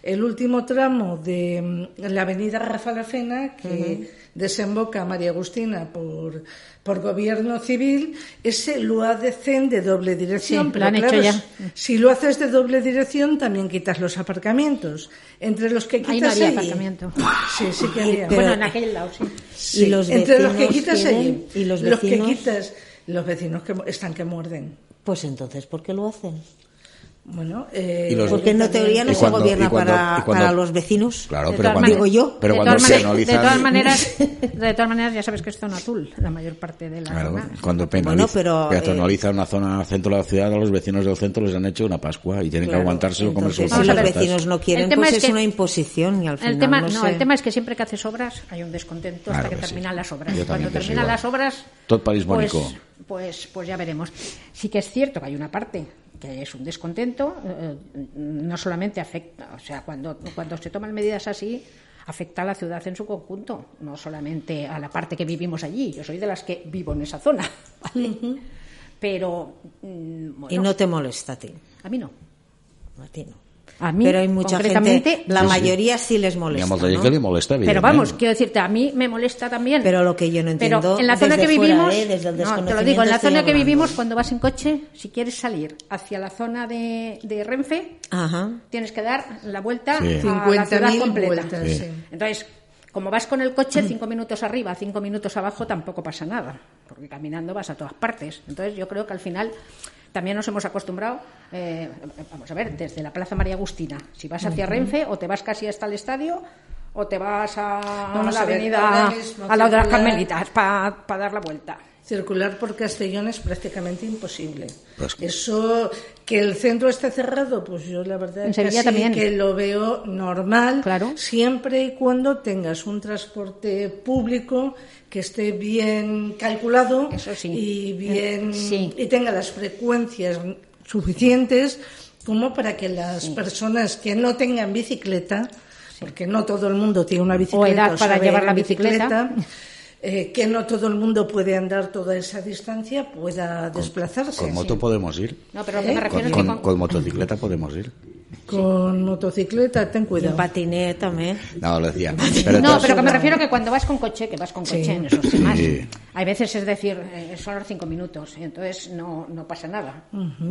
el último tramo de la avenida Rafa La Fena, que uh-huh. desemboca a María Agustina por, por Gobierno Civil, ese lo hacen de doble dirección. Sí, pero lo han claro, hecho ya. Si lo haces de doble dirección, también quitas los aparcamientos. Entre los que quitas ahí no había allí, aparcamiento. Sí, sí que había. Pero, bueno, en aquel lado, sí. sí. Y los Entre los que vecinos quitas quieren, allí, y los los vecinos, que quitas, los vecinos que están que muerden. Pues entonces, ¿por qué lo hacen? Bueno, eh, ¿Y los- Porque en teoría no y se cuando- gobierna y cuando- para, y cuando- para los vecinos. Claro, De pero todas cuando, digo yo. pero de, cuando todas se maneras, analizan... de todas maneras, de todas maneras, ya sabes que es zona azul, la mayor parte de la Claro, zona. cuando penaliza, Bueno, pero, peatonaliza una zona centro de la ciudad, a los vecinos del centro les han hecho una Pascua y tienen Claro, que aguantárselo comer sus entonces, si Vamos a los ver. vecinos no quieren, El tema pues es es, que- una imposición y al final El tema, no, no, sé. el tema es que siempre que haces obras hay un descontento hasta Claro que que sí. terminan las obras. Yo Y cuando también pienso terminan igual. las obras, Tot París pues, bonico. pues, pues ya veremos. Sí que es cierto que hay una parte que es un descontento, eh, no solamente afecta, o sea, cuando, cuando se toman medidas así, afecta a la ciudad en su conjunto, no solamente a la parte que vivimos allí. Yo soy de las que vivo en esa zona, ¿vale? Uh-huh. Pero, mm, bueno, Y no te molesta a ti. a mí no. A ti no. A mí, Pero hay mucha concretamente, gente, la no. mayoría sí les Ni a molesta, molta gent ¿no? que li molesta, Pero evidentment. vamos, quiero decirte, a mí me molesta también. Pero lo que yo no entiendo, Pero en la zona desde que fuera, vivimos, ¿eh? Desde el no, te lo desconocimiento digo, en la estoy zona que hablando. vivimos, cuando vas en coche, si quieres salir hacia la zona de, de Renfe, Ajá. tienes que dar la vuelta Sí. a la cincuenta ciudad mil completa. vueltas, Sí. sí. Entonces, como vas con el coche, cinco minutos arriba, cinco minutos abajo, tampoco pasa nada, porque caminando vas a todas partes. Entonces, yo creo que al final también nos hemos acostumbrado, eh, vamos a ver, desde la Plaza María Agustina, si vas hacia Renfe, o te vas casi hasta el estadio, o te vas a, Vamos la a ver, avenida, ahora mismo al lado de las circular- Carmelitas, para dar la vuelta. Circular por Castellón es prácticamente imposible. Pues- Eso, que el centro esté cerrado, pues yo la verdad En es Sevilla que sí también. que lo veo normal, Claro. siempre y cuando tengas un transporte público que esté bien calculado Eso sí. y bien Eh, sí. y tenga las frecuencias suficientes como para que las personas que no tengan bicicleta, porque no todo el mundo tiene una bicicleta O edad para sabe llevar la en bicicleta. eh, que no todo el mundo puede andar toda esa distancia, pueda desplazarse. Con moto podemos ir. No, pero lo que me ¿Eh? refiero Con, es que con, con- con motocicleta podemos ir. Con motocicleta, ten Y cuidado. patiné también. No, lo decía. No, todas- pero que me refiero que cuando vas con coche, que vas con Sí. coche en esos temas, Sí. hay veces, es decir, eh, son los cinco minutos, y entonces no, no pasa nada.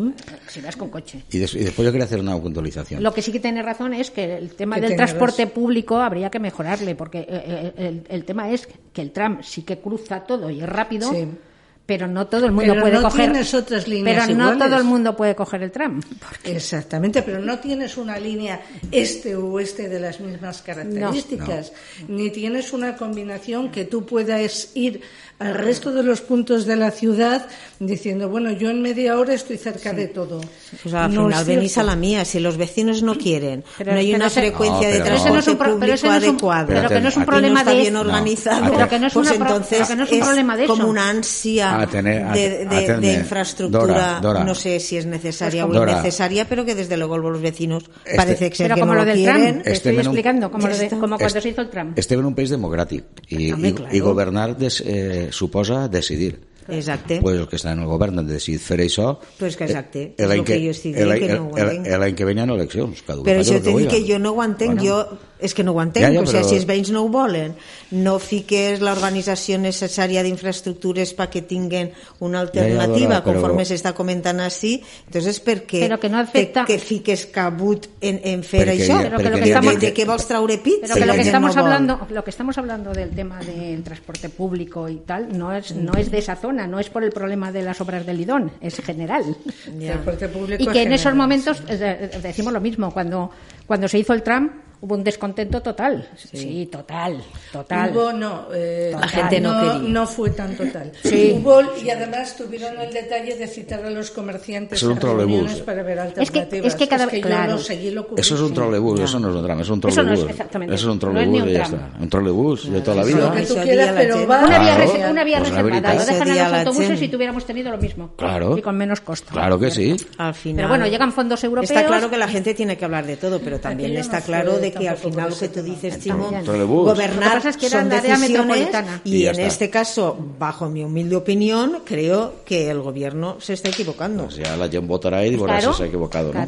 Si vas con coche. Y, des- y después yo quería hacer una puntualización. Lo que sí que tiene razón es que el tema Que del tengas- transporte público habría que mejorarle, porque eh, eh, el, el tema es que el tram sí que cruza todo y es rápido, Sí. pero no todo el mundo Pero puede no coger. tienes otras líneas pero no iguales. todo el mundo puede coger el tram. Exactamente, pero no tienes una línea este o oeste de las mismas características, ni tienes una combinación que tú puedas ir al resto de los puntos de la ciudad diciendo, bueno, yo en media hora estoy cerca de todo. Pues al No final es venís cierto. a la mía. Si los vecinos no quieren, Pero- no hay pero una ese- frecuencia No, de pero- Pero ese no es transporte un pro- pero público ese no es un- adecuada. pero que no es un Aquí no problema está de bien no, organizado, pero que no es pues una pro- entonces pero que no es un problema de como eso. una ansia A tener- a- de, de- a tener- de infraestructura, Dora, Dora. no sé si es necesaria Pues o Dora. innecesaria, pero que desde luego los vecinos Este- parece ser Pero que como no lo lo del quieren. tram, te Estem estoy en un- explicando, como, lo de- Esto- como cuando Est- se hizo el tram. Estem en un país democràtic i, Home, i, claro. i governar des, eh, suposa decidir. Exacte. Pues els que estan en el govern han decidit fer això. Pues que exacte, eh, és l'any el que jo estic dient, l'any- que no ho el- entenc. L'any que ve hi ha eleccions. Cada u Però faci això el t'he dit vulgui. que jo no ho entenc, Bueno. jo és que no ho entenc, Ja, ja, o sigui, però- si els veïns no ho volen, no fiques l'organització necessària d'infraestructures perquè tinguen una alternativa, Dora, però- conforme s'està comentant així, entonces per què Però que no afecta- que fiques cabut en, en fer Perquè això? ja- Pero que lo perquè que ja- estamos- de, de què vols traure pit? Pero si que lo la que gent estamos no vol? hablando, lo que estamos hablando del tema del transporte público y tal, no es no es de esa zona, no es por el problema de las obras del Lidón, es general. Ya. Transporte público Y que en general, esos momentos sí. eh, eh, decimos lo mismo, cuando cuando se hizo el tram hubo un descontento total. Sí, total, total. Hubo, no, eh, La gente no quería. no fue tan total. Sí. Hubo, y además tuvieron el detalle de citar a los comerciantes Es un a reuniones trolebús. para ver Es que- alternativas. es que cada vez- yo claro. lo seguí, lo cubrí. Eso es un trolebús, eso no es un tram, es un Eso no trolebús. es exactamente. Eso es un No es ni trolebús un y ya tram. está. Un trolebús de toda la Lo vida. que tú Eso quieras, día la pero gente. va. Una vía, Claro, res- una vía pues la reservada, veritat. lo dejan Ese a día los la autobuses gente. y tuviéramos tenido lo mismo. Claro. Y con menos costo. Claro que sí. Al final, Pero bueno, llegan fondos europeos. Está claro que la gente tiene que hablar de todo, pero también Aquello está no claro fue de que al tampoco final por lo que ese tú tema. dices, Chimo, También. Trolebús. Lo que gobernar pasa es que era son en la área decisiones metropolitana. y Y ya en está. este caso, bajo mi humilde opinión, creo que el gobierno se está equivocando. Pues ya la gent votarà i veurà Claro, si s'ha equivocat o no. claro.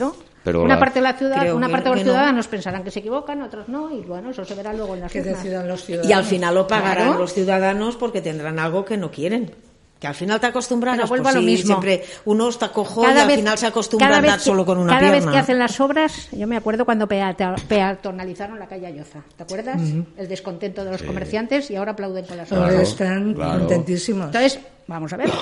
Pero una la... parte de la ciudad, Creo una que- parte de los que no. ciudadanos pensarán que se equivocan, otros no, y bueno, eso se verá luego en las Que urnas. decidan los ciudadanos. Y al final lo pagarán Claro. los ciudadanos porque tendrán algo que no quieren. Que al final te acostumbras, Pero vuelvo pues a lo sí, mismo. siempre uno está cojo y al final se acostumbra a cada andar vez que- solo con una cada pierna. vez que hacen las obras, yo me acuerdo cuando peata- peatonalizaron la calle Ayoza, ¿te acuerdas? El descontento de los comerciantes y ahora aplauden con las Ahora obras. Claro, están claro. contentísimos. Entonces, vamos a ver.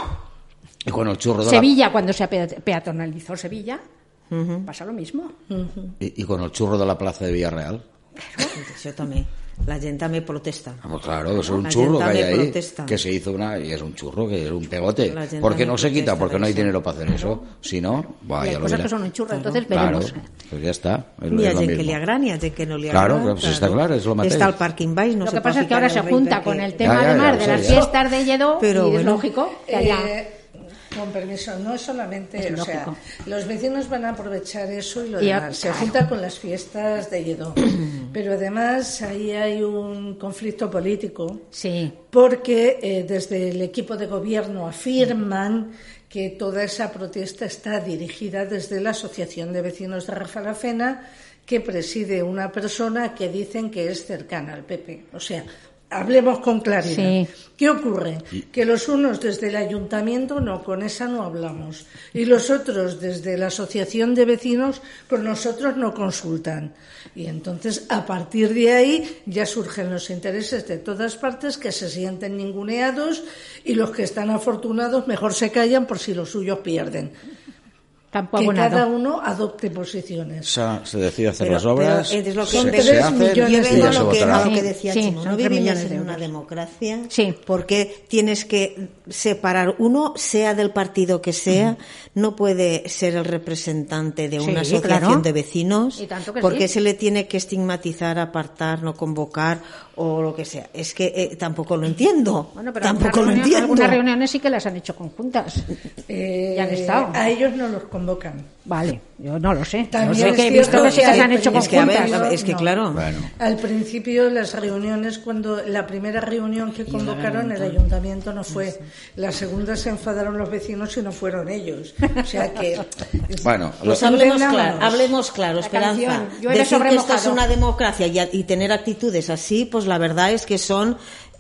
Y con el churro de Sevilla, cuando se pe- peatonalizó Sevilla, pasa lo mismo. la... Y, y con el churro de la plaza de Villarreal. Això també. La gent també protesta. Vamos, claro, es un La churro que gente hay también ahí, protesta. que se hizo una, y es un churro, que es un pegote. La gente ¿Por qué también no se quita? protesta Porque de no hay eso. dinero para hacer eso. Si no, Y buah, hay ya lo cosas verás. que son un churro, entonces Claro, veremos. pues ya está. Es, Hi ha es lo gent que mismo. li agrada, hi ha gent que no li Claro, agrada. pues està clar, és el mateix. Està el parking baix, no Lo se que pot pasa es que ahora se ficar el rei junta perquè- con el tema, Ya, ya, ya, además, lo de sé, las ya. fiestas de Lledó, Pero y es bueno. lógico que haya... Eh, con permiso, no es solamente, Es o sea, lógico. los vecinos van a aprovechar eso y lo Y a- demás. Se claro. junta con las fiestas de Lledó. Pero además ahí hay un conflicto político Sí. porque eh, desde el equipo de gobierno afirman que toda esa protesta está dirigida desde la Asociación de Vecinos de Rafarafena, que preside una persona que dicen que es cercana al P P. O sea, hablemos con claridad. Sí. ¿Qué ocurre? Que los unos desde el ayuntamiento, no, con esa no hablamos. Y los otros desde la asociación de vecinos, con nosotros no consultan. Y entonces, a partir de ahí, ya surgen los intereses de todas partes que se sienten ninguneados y los que están afortunados mejor se callan por si los suyos pierden. Campo Que abonado. cada uno adopte posiciones. Se, se decide hacer Pero- las obras, pero es lo que se, son inve- se tres hacen millones y Yo de ya vengo a se lo que, votará. a lo que Sí, decía sí, Chimo, son no tres vivimos millones de en una euros. democracia Sí. porque tienes que separar, uno sea del partido que sea, no puede ser el representante de una Sí, asociación claro. de vecinos, Y tanto que porque sí. se le tiene que estigmatizar, apartar, no convocar o lo que sea. Es que eh, tampoco lo entiendo, Bueno, pero tampoco lo algunas reuniones- entiendo. algunas reuniones sí que las han hecho conjuntas. Eh, Y han estado. A ellos no los convocan. Vale, yo no lo sé. También No sé es que he visto cierto que sí que que se han hay- hecho Es que, a ver, conjuntas. es que No. claro. Bueno, Al principio las reuniones, cuando la primera reunión que convocaron el ayuntamiento no fue, la segunda se enfadaron los vecinos y no fueron ellos. O sea que bueno, Pues lo- hablemos Entendámonos. claro, hablemos claro, La Esperanza. canción, llueve Decir sobre que esto es mojado. una democracia y, y tener actitudes así, pues la verdad es que son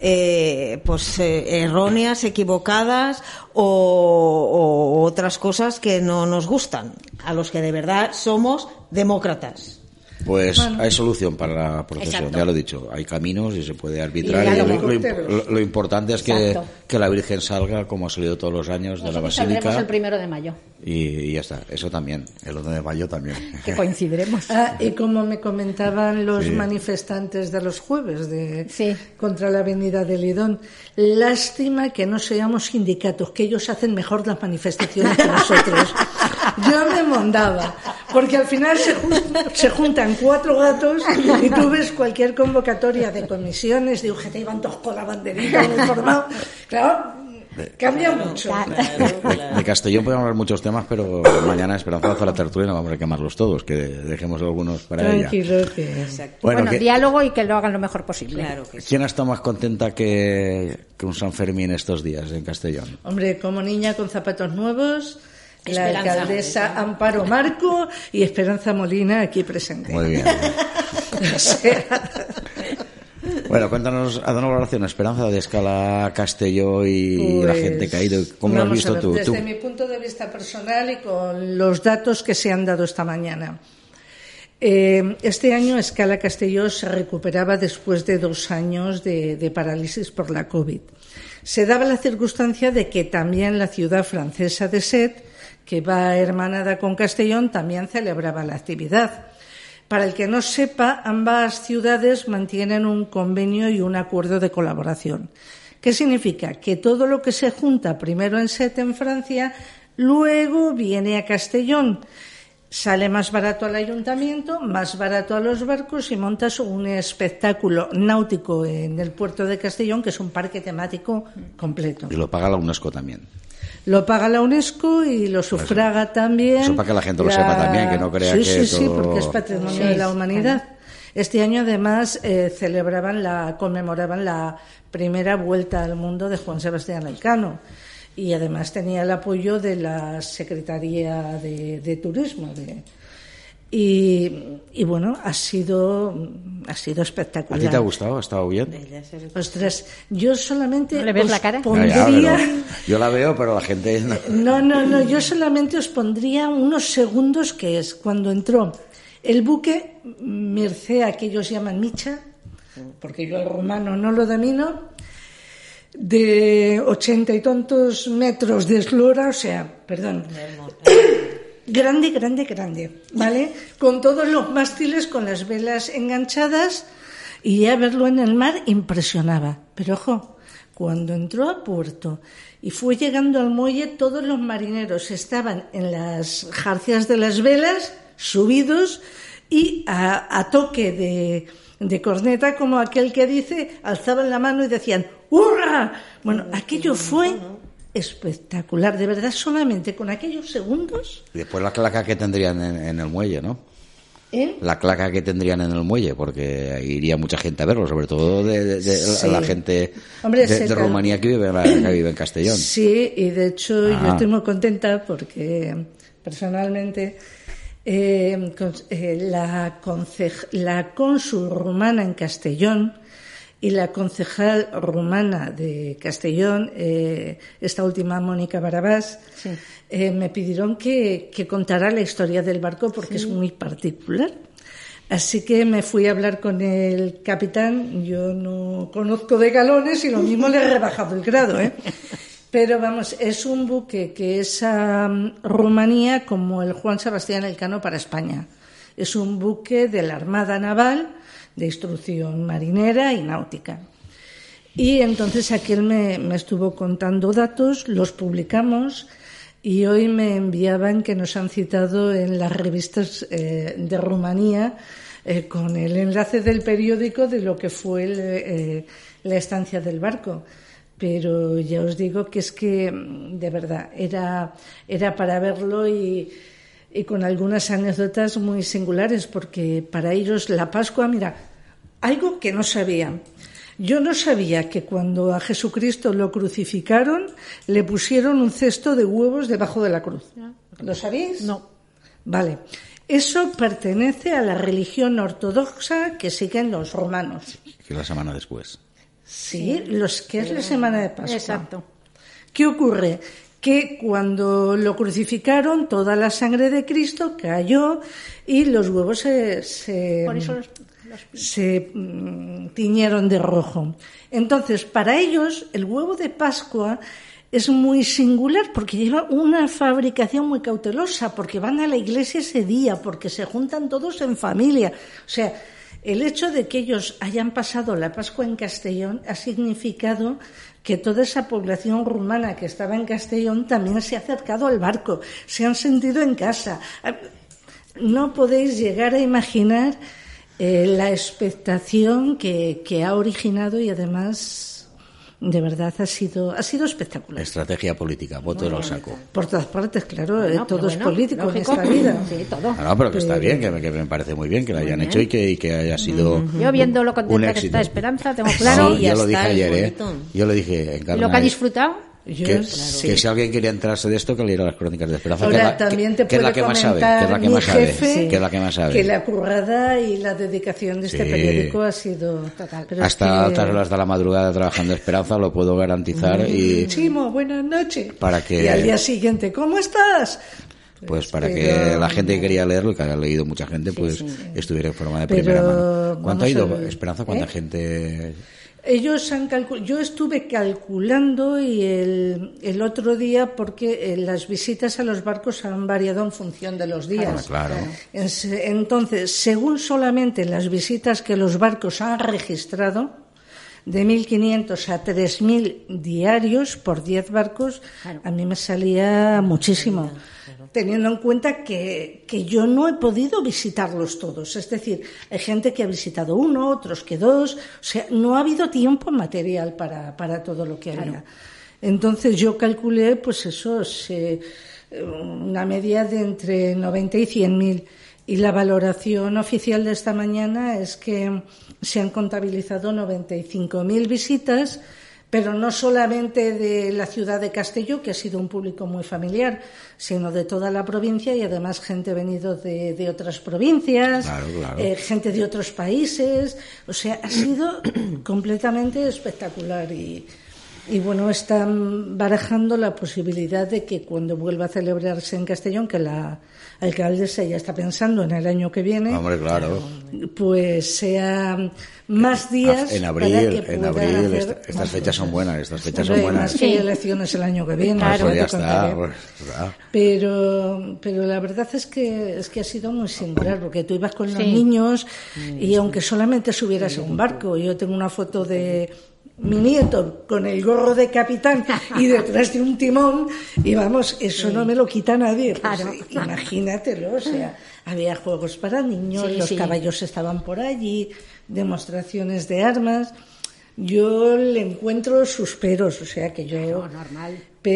eh, pues eh, erróneas, equivocadas o, o otras cosas que no nos gustan, a los que de verdad somos demócratas. pues hay solución para la procesión, Exacto. ya lo he dicho. Hay caminos y se puede arbitrar. Y hay Y lo, lo- helicópteros. lo- lo importante es que, Exacto. que la Virgen salga, como ha salido todos los años, de la Nosotros saldremos Basílica. el primero de mayo, Y, y ya está, eso también. El uno de mayo también. que coincidiremos. Ah, y como me comentaban los Sí. manifestantes de los jueves de, Sí. contra la avenida de Lidón, lástima que no seamos sindicatos, que ellos hacen mejor las manifestaciones que nosotros. Yo me mondaba, porque al final se, jun- se juntan cuatro gatos y tú ves cualquier convocatoria de comisiones, de U G T, y van todos con la banderita uniformado. Claro, cambia mucho. De, de Castellón podemos hablar muchos temas, pero mañana Esperanza hace la tertulia y no vamos a quemarlos todos, que dejemos algunos para ella. Tranquilo que... Bueno, Bueno, que- diálogo y que lo hagan lo mejor posible. Claro que sí. ¿quién ha estado más contenta que, que un San Fermín estos días en Castellón? Hombre, como niña con zapatos nuevos, la Esperanza. alcaldesa Amparo Marco y Esperanza Molina aquí presente. Muy bien. O sea, Bueno, cuéntanos, haz una valoración, Esperanza, de escala Castelló y la pues, gente que ha ido. ¿Cómo lo has vamos visto a ver, tú? Desde Tú. mi punto de vista personal y con los datos que se han dado esta mañana. Eh, este año Escala Castelló se recuperaba después de dos años de, de parálisis por la COVID. Se daba la circunstancia de que también la ciudad francesa de Sète, que va hermanada con Castellón, también celebraba la actividad. Para el que no sepa, ambas ciudades mantienen un convenio y un acuerdo de colaboración. ¿Qué significa? Que todo lo que se junta primero en Sète, en Francia, luego viene a Castellón. Sale más barato al ayuntamiento, más barato a los barcos y montas un espectáculo náutico en el puerto de Castellón, que es un parque temático completo. Y lo paga la UNESCO también. Lo paga la UNESCO y lo sufraga también. Eso para que la gente lo sepa también, que no crea sí, que Sí, sí, todo- porque es patrimonio Sí, de la sí, humanidad. Este año, además, eh, celebraban la, conmemoraban la primera vuelta al mundo de Juan Sebastián Elcano. Y además tenía el apoyo de la Secretaría de, de Turismo de, Y, y bueno, ha sido ha sido espectacular. ¿A ti te ha gustado? ¿Ha estado bien? Ostras, yo solamente ¿No le ves os la cara? pondría... Ya, ya, yo la veo, pero la gente... No. no, no, no, yo solamente os pondría unos segundos, que es cuando entró el buque, merced a que ellos llaman micha, porque yo el rumano no lo domino, de ochenta y tantos metros de eslora, o sea, perdón... Grande, grande, grande, ¿vale? Con todos los mástiles, con las velas enganchadas, y ya verlo en el mar impresionaba. Pero ojo, cuando entró a puerto y fue llegando al muelle, todos los marineros estaban en las jarcias de las velas, subidos, y a, a toque de, de corneta, como aquel que dice, alzaban la mano y decían ¡hurra! Bueno, aquello fue... espectacular, de verdad, solamente con aquellos segundos. Y después la claca que tendrían en, en el muelle, ¿no? ¿Eh? La claca que tendrían en el muelle, porque ahí iría mucha gente a verlo, sobre todo de, de, de sí. la gente Hombre, de, de Rumanía que vive, que vive en Castellón. Sí, y de hecho ah. yo estoy muy contenta porque personalmente eh, con, eh, la, concej- la cónsul rumana en Castellón y la concejal rumana de Castellón, eh, esta última, Mónica Barabás, sí. eh, me pidieron que, que contara la historia del barco porque sí. es muy particular. Así que me fui a hablar con el capitán. Yo no conozco de galones y lo mismo le he rebajado el grado, ¿eh? Pero vamos, es un buque que es a um, Rumanía como el Juan Sebastián Elcano para España. Es un buque de la Armada Naval, de instrucción marinera y náutica. Y entonces aquel me, me estuvo contando datos, los publicamos y hoy me enviaban que nos han citado en las revistas eh, de Rumanía eh, con el enlace del periódico de lo que fue el, eh, la estancia del barco. Pero ya os digo que es que, de verdad, era, era para verlo y... y con algunas anécdotas muy singulares, porque para ellos la Pascua, mira, algo que no sabían. Yo no sabía que cuando a Jesucristo lo crucificaron, le pusieron un cesto de huevos debajo de la cruz. ¿Lo sabéis? No. Vale. Eso pertenece a la religión ortodoxa que siguen los romanos. Que la semana después. Sí, los que es la semana de Pascua. Exacto. ¿Qué ocurre? Que cuando lo crucificaron, toda la sangre de Cristo cayó y los huevos se, se, Por eso los, los... se mm, tiñeron de rojo. Entonces, para ellos, el huevo de Pascua es muy singular porque lleva una fabricación muy cautelosa, porque van a la iglesia ese día, porque se juntan todos en familia. O sea, el hecho de que ellos hayan pasado la Pascua en Castellón ha significado que toda esa población rumana que estaba en Castellón también se ha acercado al barco, se han sentido en casa. No podéis llegar a imaginar eh, la expectación que, que ha originado y además... De verdad ha sido ha sido espectacular. Estrategia política, votos al saco. Por todas partes, claro, bueno, eh, todo es bueno, político lógico. en esta vida. Sí, todo. No, no, pero que está Pero- bien, que me, que me parece muy bien que lo hayan bien. hecho y que, y que haya sido Yo viendo lo un contenta que éxito. está Esperanza, tengo claro. No, Sí, ya yo lo dije está, es ayer, ¿eh? bonito. Yo lo dije en Y carne. lo que ha disfrutado. Yo, que, sí. que si alguien quería enterarse de esto, que leyera las crónicas de Esperanza, Ahora que es la, también que, te que es la puede que más sabe, que comentar es la que mi más sabe, jefe que es la que más sabe. que la currada y la dedicación de este Sí. periódico ha sido total. Pero es Hasta que- altas horas de la madrugada trabajando Esperanza, lo puedo garantizar y Chimo, buenas noches. Para que- Y al día siguiente, ¿cómo estás? pues para pero- que la gente que quería leerlo y que haya leído mucha gente, pues estuviera informada de Pero, primera mano. ¿Cuánto vamos ha ido a ver, Esperanza? ¿Cuánta ¿eh? gente? Ellos han calculado, yo estuve calculando y el, el otro día, porque eh, las visitas a los barcos han variado en función de los días. Claro. Es- Entonces, según solamente las visitas que los barcos han registrado, de mil quinientos a tres mil diarios por diez barcos, Claro. a mí me salía muchísimo. Teniendo en cuenta que, que yo no he podido visitarlos todos. Es decir, hay gente que ha visitado uno, otros que dos. O sea, no ha habido tiempo material para, para todo lo que había. Entonces yo calculé, pues eso, se- una media de entre noventa y cien mil. Y la valoración oficial de esta mañana es que se han contabilizado noventa y cinco mil visitas, pero no solamente de la ciudad de Castelló, que ha sido un público muy familiar, sino de toda la provincia y además gente venido de, de otras provincias, claro, claro. Eh, gente de otros países. O sea, ha sido completamente espectacular y, y bueno, están barajando la posibilidad de que cuando vuelva a celebrarse en Castellón, que la alcaldesa ya está pensando en el año que viene, hombre, claro, pues sea más días en abril, para que en abril hacer esta, estas fechas son buenas, estas fechas Hombre, son buenas. Más que hay elecciones el año que viene, Claro, pues ya te está, pues, está. Pero, pero la verdad es que es que ha sido muy singular, porque tú ibas con los Sí. niños y aunque solamente subieras a un barco, yo tengo una foto de mi nieto con el gorro de capitán y detrás de un timón y vamos, eso sí. no me lo quita nadie. Pues, claro. Imagínatelo, o sea, había juegos para niños, sí, los sí. caballos estaban por allí, demostraciones de armas. Yo le encuentro sus peros, o sea que yo... Claro, normal.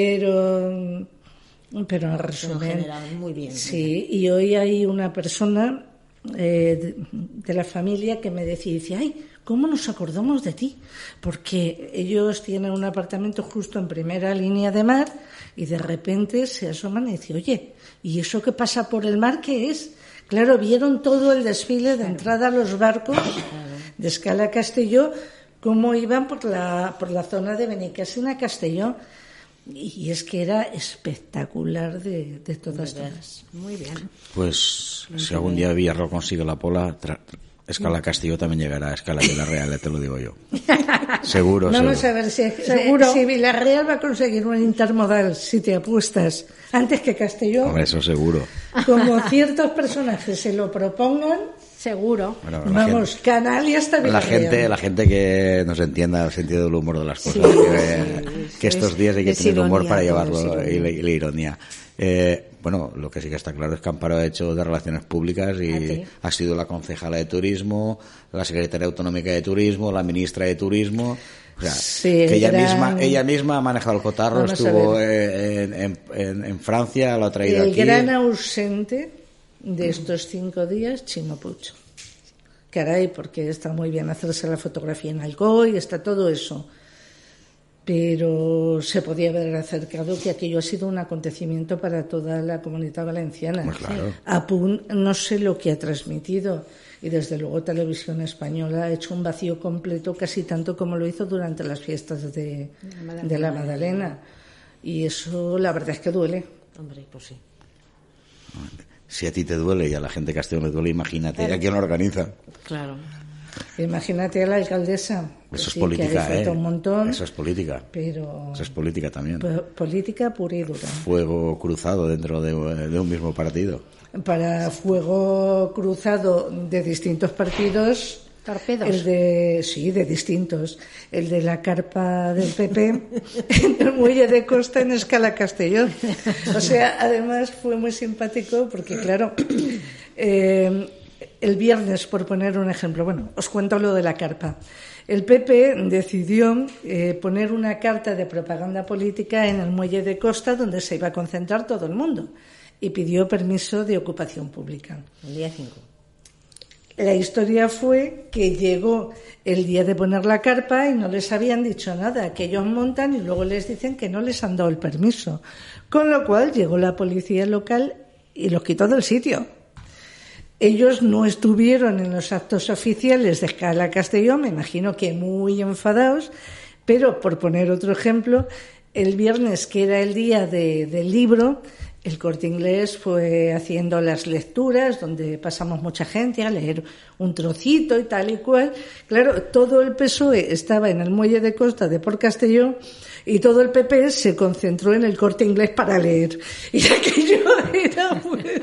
Pero, pero en resumen... En general, muy bien. Sí, y hoy hay una persona eh, de, de la familia que me decía, dice, ay, ¿cómo nos acordamos de ti? Porque ellos tienen un apartamento justo en primera línea de mar y de repente se asoman y dicen, oye, ¿y eso que pasa por el mar qué es? Claro, vieron todo el desfile de entrada a los barcos de Escala Castelló, cómo iban por la, por la zona de Benicàssim a Castelló. Y es que era espectacular de, de todas todas. Muy bien. Pues si algún día Villarro consigue la pola, tra- Escala Castelló también llegará a Escala Villarreal, te lo digo yo. Seguro, Vamos seguro. a ver si, Seguro. si Villarreal va a conseguir un intermodal, si te apuestas, antes que Castelló. Hombre, eso seguro. Como ciertos personajes se lo propongan, Seguro. Bueno, la vamos, gente, canal y hasta la Villarreal. gente, la gente que nos entienda el sentido del humor de las cosas, Sí, que, sí, que estos días hay que es tener humor ironía, para todo llevarlo es y la, y la ironía. Eh, bueno, lo que sí que está claro es que Amparo ha hecho de Relaciones Públicas y ¿Ah, sí? ha sido la concejala de Turismo, la secretaria autonómica de Turismo, la ministra de Turismo. O sea, Sí, que ella gran- misma, ella misma ha manejado el cotarro, Vamos a estuvo ver. eh, en, en, en, en Francia, lo ha traído El aquí. gran ausente de estos cinco días, Chimo Puig. Caray, porque está muy bien hacerse la fotografía en Alcoy, está todo eso. Pero se podía haber acercado que aquello ha sido un acontecimiento para toda la Comunidad Valenciana. Pues claro. Apun, no sé lo que ha transmitido. Y desde luego Televisión Española ha hecho un vacío completo, casi tanto como lo hizo durante las fiestas de, de la Magdalena. Y eso la verdad es que duele. Hombre, pues sí. Si a ti te duele y a la gente de Castellón le duele, imagínate a quién lo organiza. Claro. Imagínate a la alcaldesa. Eso es sí, política, que hace falta ¿eh? un montón, Eso es política. pero Eso es política también. po- política pura y dura. Fuego cruzado dentro de, de un mismo partido. Para fuego cruzado de distintos partidos. Torpedos. El de, sí, de distintos. El de la carpa del P P en el muelle de Costa en Escala Castellón. O sea, además fue muy simpático porque, claro, eh, el viernes, por poner un ejemplo, bueno, os cuento lo de la carpa. El P P decidió eh, poner una carta de propaganda política en el muelle de Costa donde se iba a concentrar todo el mundo y pidió permiso de ocupación pública. El día cinco. La historia fue que llegó el día de poner la carpa y no les habían dicho nada, que ellos montan y luego les dicen que no les han dado el permiso. Con lo cual llegó la policía local y los quitó del sitio. Ellos no estuvieron en los actos oficiales de Escala Castellón, me imagino que muy enfadados, pero por poner otro ejemplo, el viernes, que era el día de, del libro, el Corte Inglés fue haciendo las lecturas, donde pasamos mucha gente a leer un trocito y tal y cual. Claro, todo el P S O E estaba en el muelle de Costa de Port Castelló y todo el P P se concentró en el Corte Inglés para leer. Y aquello era pues...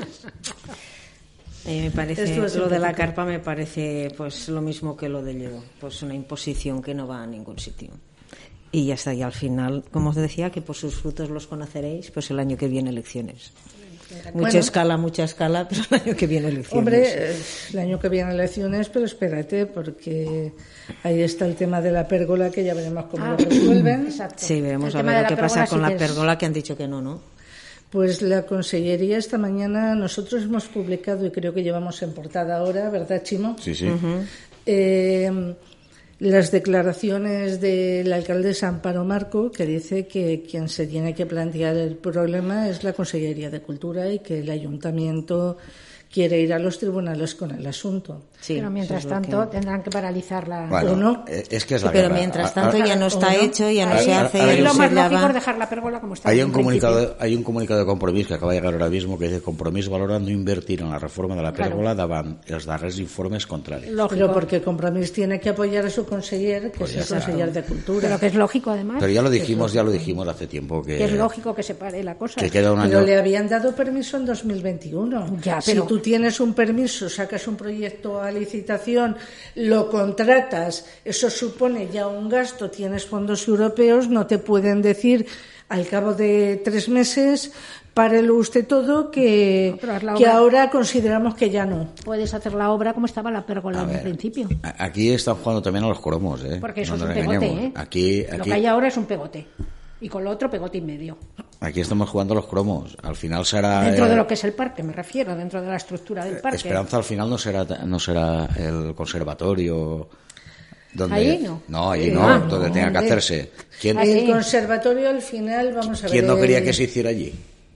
Eh, me parece, Esto es lo de la simpático. carpa me parece pues lo mismo que lo de Lledó, pues una imposición que no va a ningún sitio. Y ya está, y al final, como os decía, que por sus frutos los conoceréis, pues el año que viene elecciones. Mucha Bueno. escala, mucha escala, pero el año que viene elecciones. Hombre, eh, el año que viene elecciones, pero espérate, porque ahí está el tema de la pérgola, que ya veremos cómo Ah, lo resuelven. exacto. Sí, veremos El a tema ver de lo que la pasa pérgola con sí la que es- pérgola, que han dicho que no, ¿no? Pues la Consellería esta mañana, nosotros hemos publicado, y creo que llevamos en portada ahora, ¿verdad, Chimo? Sí, sí. Eh, las declaraciones de la alcaldesa Amparo Marco, que dice que quien se tiene que plantear el problema es la Consellería de Cultura y que el Ayuntamiento quiere ir a los tribunales con el asunto. Sí, pero mientras tanto que... tendrán que paralizar la... Bueno, ¿O no? Es que es la sí, pero guerra. mientras tanto ya no está hecho, ya no ahí, se hace. Ahí ya lo no más se lógico lava. es dejar la pérgola como está. Hay un, comunicado, hay un comunicado de Compromís que acaba de llegar ahora mismo que dice: Compromís valora no invertir en la reforma de la pérgola claro. davant els darrers informes contrarios. Lógico. Pero porque Compromís tiene que apoyar a su conseller, que pues es el conseller de Cultura. Pero que es lógico, además. Pero ya lo dijimos, ya lo dijimos hace tiempo que... Que es lógico que se pare la cosa. Que queda un año... Pero le habían dado permiso en dos mil veintiuno. Ya, pero... Si tú tienes un permiso, sacas un proyecto a licitación, lo contratas, eso supone ya un gasto, tienes fondos europeos, no te pueden decir al cabo de tres meses, párelo usted todo, que, no, que ahora consideramos que ya no. Puedes hacer la obra como estaba la pérgola al principio. Aquí están jugando también a los cromos, ¿eh? Porque eso no es un pegote, ¿eh? Aquí, aquí... Lo que hay ahora es un pegote. Y con lo otro, pegote y medio. Aquí estamos jugando a los cromos. Al final será... Dentro el... de lo que es el parque, me refiero, dentro de la estructura del parque. Esperanza al final no será no será el conservatorio... Donde... Ahí no. No, ahí no, ah, donde no, tenga que hacerse. ¿Quién... El conservatorio al final, vamos a ver... ¿Quién no quería que se hiciera allí?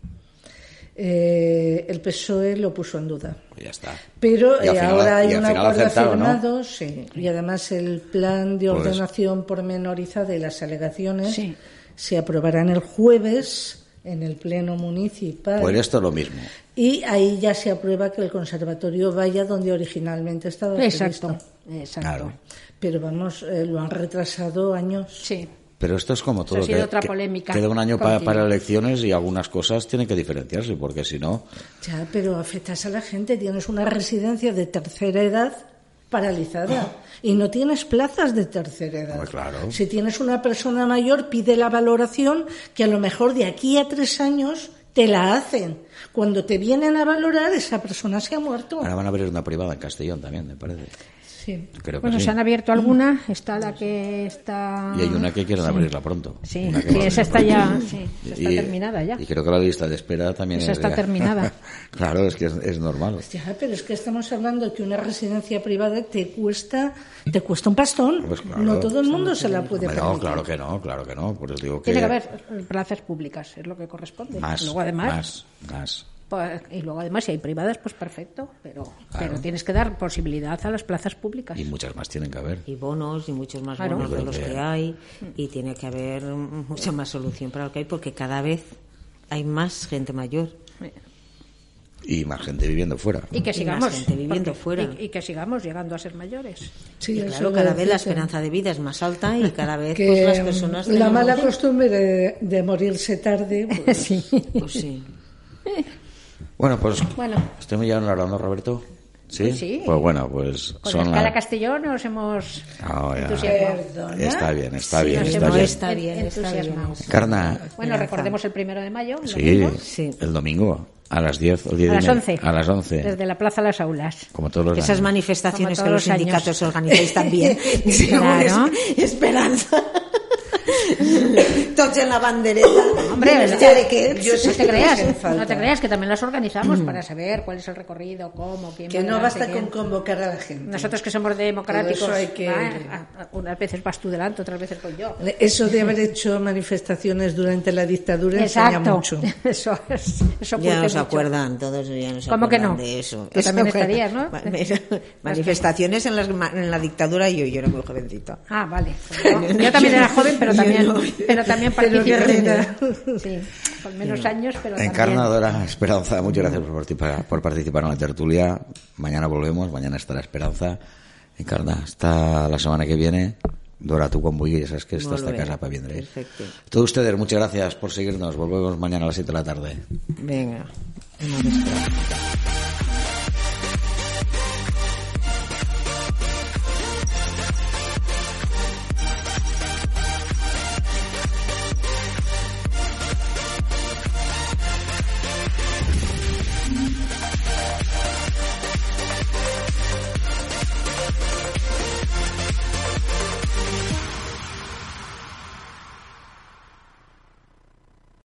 Eh, el P S O E lo puso en duda. Pues ya está. Pero eh, final, ahora hay un acuerdo aceptado, firmado, ¿no? Sí, y además el plan de ordenación pues... pormenorizada y las alegaciones sí. se aprobarán el jueves en el pleno municipal. Pues esto es lo mismo. Y ahí ya se aprueba que el conservatorio vaya donde originalmente estaba previsto. Exacto, exacto. Claro. Pero vamos, eh, lo han retrasado años. Sí. Pero esto es como todo. Ha sido que, otra polémica. Queda un año para, para elecciones y algunas cosas tienen que diferenciarse, porque si no... Ya, pero afectas a la gente. Tienes una residencia de tercera edad paralizada y no tienes plazas de tercera edad. Pues claro. Si tienes una persona mayor, pide la valoración, que a lo mejor de aquí a tres años te la hacen. Cuando te vienen a valorar, esa persona se ha muerto. Ahora van a abrir una privada en Castellón también, me parece. Sí. Creo que bueno, sí. se han abierto alguna, está la que está... Y hay una que quieren sí. abrirla pronto. Sí, sí esa está ya, sí, está y, terminada ya. Y creo que la lista de espera también esa es... está ya. terminada. Claro, es que es, es normal. Ya, pero es que estamos hablando de que una residencia privada te cuesta te cuesta un pastón. Pues claro, no todo el mundo se la puede permitir. No, claro que no, claro que no. Por eso digo que... Tiene que haber plazas públicas, es lo que corresponde. Más, luego además, más, más. Pues, y luego además si hay privadas pues perfecto, pero claro. pero tienes que dar posibilidad a las plazas públicas. Y muchas más tienen que haber. Y bonos y muchos más claro. bonos de los que hay y tiene que haber mucha más solución para lo que hay porque cada vez hay más gente mayor. Y más gente viviendo fuera. Y que sigamos y más gente viviendo porque, fuera. Y, y que sigamos llegando a ser mayores. Sí, y claro, cada vez la esperanza de vida es más alta y cada vez que pues, las personas la tenemos... mala costumbre de, de morirse tarde pues... sí. Pues sí. Bueno, pues bueno. ¿Estoy ya hablando, Roberto? ¿Sí? Pues sí. Pues bueno, pues con son Escala la... Castellón nos hemos oh, entusiasmado. Está bien, está sí, bien, nos está hemos bien. Está bien, está bien. Carna. Bueno, recordemos el primero de mayo. El sí, domingo. sí, el domingo. A las diez o diez a las once. A las once. Desde la Plaza a las Aulas. Como todos los Esas años. manifestaciones Como que los todos los sindicatos años. organizáis también. Claro. Esperanza. Tots en la bandereta. Hombre, ya de qué. Yo sí no te que creas, hacen falta. no te creas que también las organizamos para saber cuál es el recorrido, cómo, quién. Que va no delante, basta quién. con convocar a la gente. Nosotros que somos democráticos, Todo eso hay que- ah, ah, unas veces vas tú delante, otras veces voy yo. Eso de haber hecho manifestaciones durante la dictadura enseña Exacto. mucho. Eso es. Eso Ya curte nos mucho. acuerdan, todos ya nos ¿Cómo que acuerdan no? de eso. Tú también Eso, estarías, ¿no? ma- Manifestaciones en, las, en la dictadura yo, yo era muy jovencita. Ah, vale. Yo, yo también era joven, pero Yo también, no. pero también Pero participé. guerrera. Sí, con menos años, pero también. Encarnadora Esperanza, muchas gracias por participar, por participar en la tertulia. Mañana volvemos, mañana estará Esperanza. Encarna, hasta la semana que viene. Dora, tú con Bui, ya sabes que está esta Molt bé, casa para vendré. perfecte. Todos ustedes, muchas gracias por seguirnos. Volvemos mañana a las siete de la tarde. Venga, una vez.